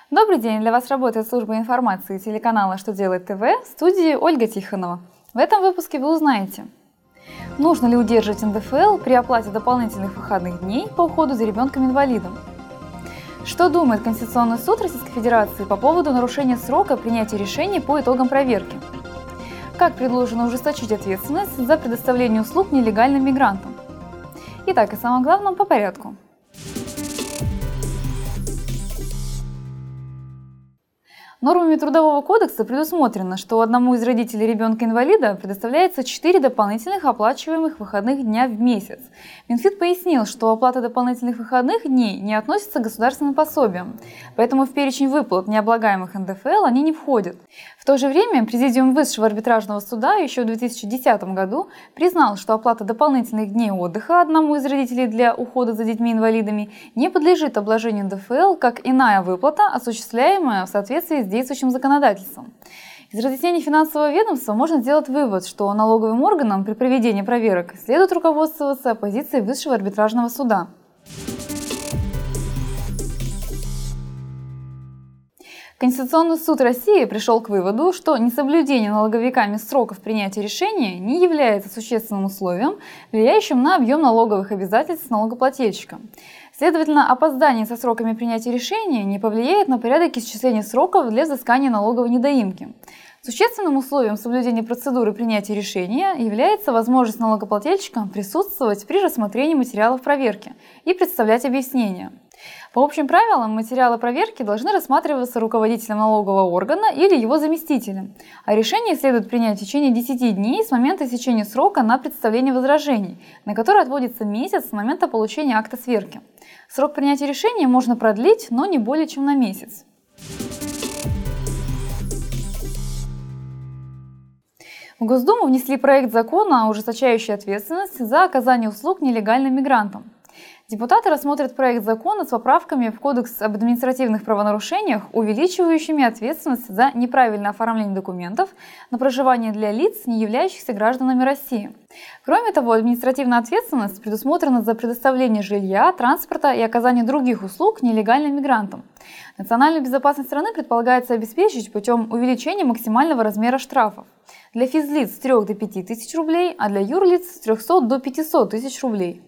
Добрый день! Для вас работает служба информации телеканала «Что делает ТВ», в студии Ольга Тихонова. В этом выпуске вы узнаете: нужно ли удерживать НДФЛ при оплате дополнительных выходных дней по уходу за ребенком-инвалидом? Что думает Конституционный суд Российской Федерации по поводу нарушения срока принятия решений по итогам проверки? Как предложено ужесточить ответственность за предоставление услуг нелегальным мигрантам? Итак, о самом главном по порядку. Нормами Трудового кодекса предусмотрено, что одному из родителей ребенка-инвалида предоставляется 4 дополнительных оплачиваемых выходных дня в месяц. Минфин пояснил, что оплата дополнительных выходных дней не относится к государственным пособиям, поэтому в перечень выплат необлагаемых НДФЛ они не входят. В то же время Президиум Высшего арбитражного суда еще в 2010 году признал, что оплата дополнительных дней отдыха одному из родителей для ухода за детьми-инвалидами не подлежит обложению НДФЛ как иная выплата, осуществляемая в соответствии с действующим законодательством. Из разъяснений финансового ведомства можно сделать вывод, что налоговым органам при проведении проверок следует руководствоваться позицией Высшего арбитражного суда. Конституционный суд России пришел к выводу, что несоблюдение налоговиками сроков принятия решения не является существенным условием, влияющим на объем налоговых обязательств налогоплательщика. Следовательно, опоздание со сроками принятия решения не повлияет на порядок исчисления сроков для взыскания налоговой недоимки. Существенным условием соблюдения процедуры принятия решения является возможность налогоплательщика присутствовать при рассмотрении материалов проверки и представлять объяснения. По общим правилам, материалы проверки должны рассматриваться руководителем налогового органа или его заместителем, а решение следует принять в течение 10 дней с момента истечения срока на представление возражений, на который отводится месяц с момента получения акта сверки. Срок принятия решения можно продлить, но не более чем на месяц. В Госдуму внесли проект закона, ужесточающий ответственность за оказание услуг нелегальным мигрантам. Депутаты рассмотрят проект закона с поправками в Кодекс об административных правонарушениях, увеличивающими ответственность за неправильное оформление документов на проживание для лиц, не являющихся гражданами России. Кроме того, административная ответственность предусмотрена за предоставление жилья, транспорта и оказание других услуг нелегальным мигрантам. Национальную безопасность страны предполагается обеспечить путем увеличения максимального размера штрафов. Для физлиц с 3 до 5 тысяч рублей, а для юрлиц с 300 до 500 тысяч рублей.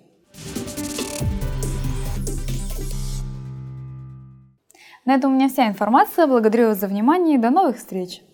На этом у меня вся информация. Благодарю вас за внимание и до новых встреч!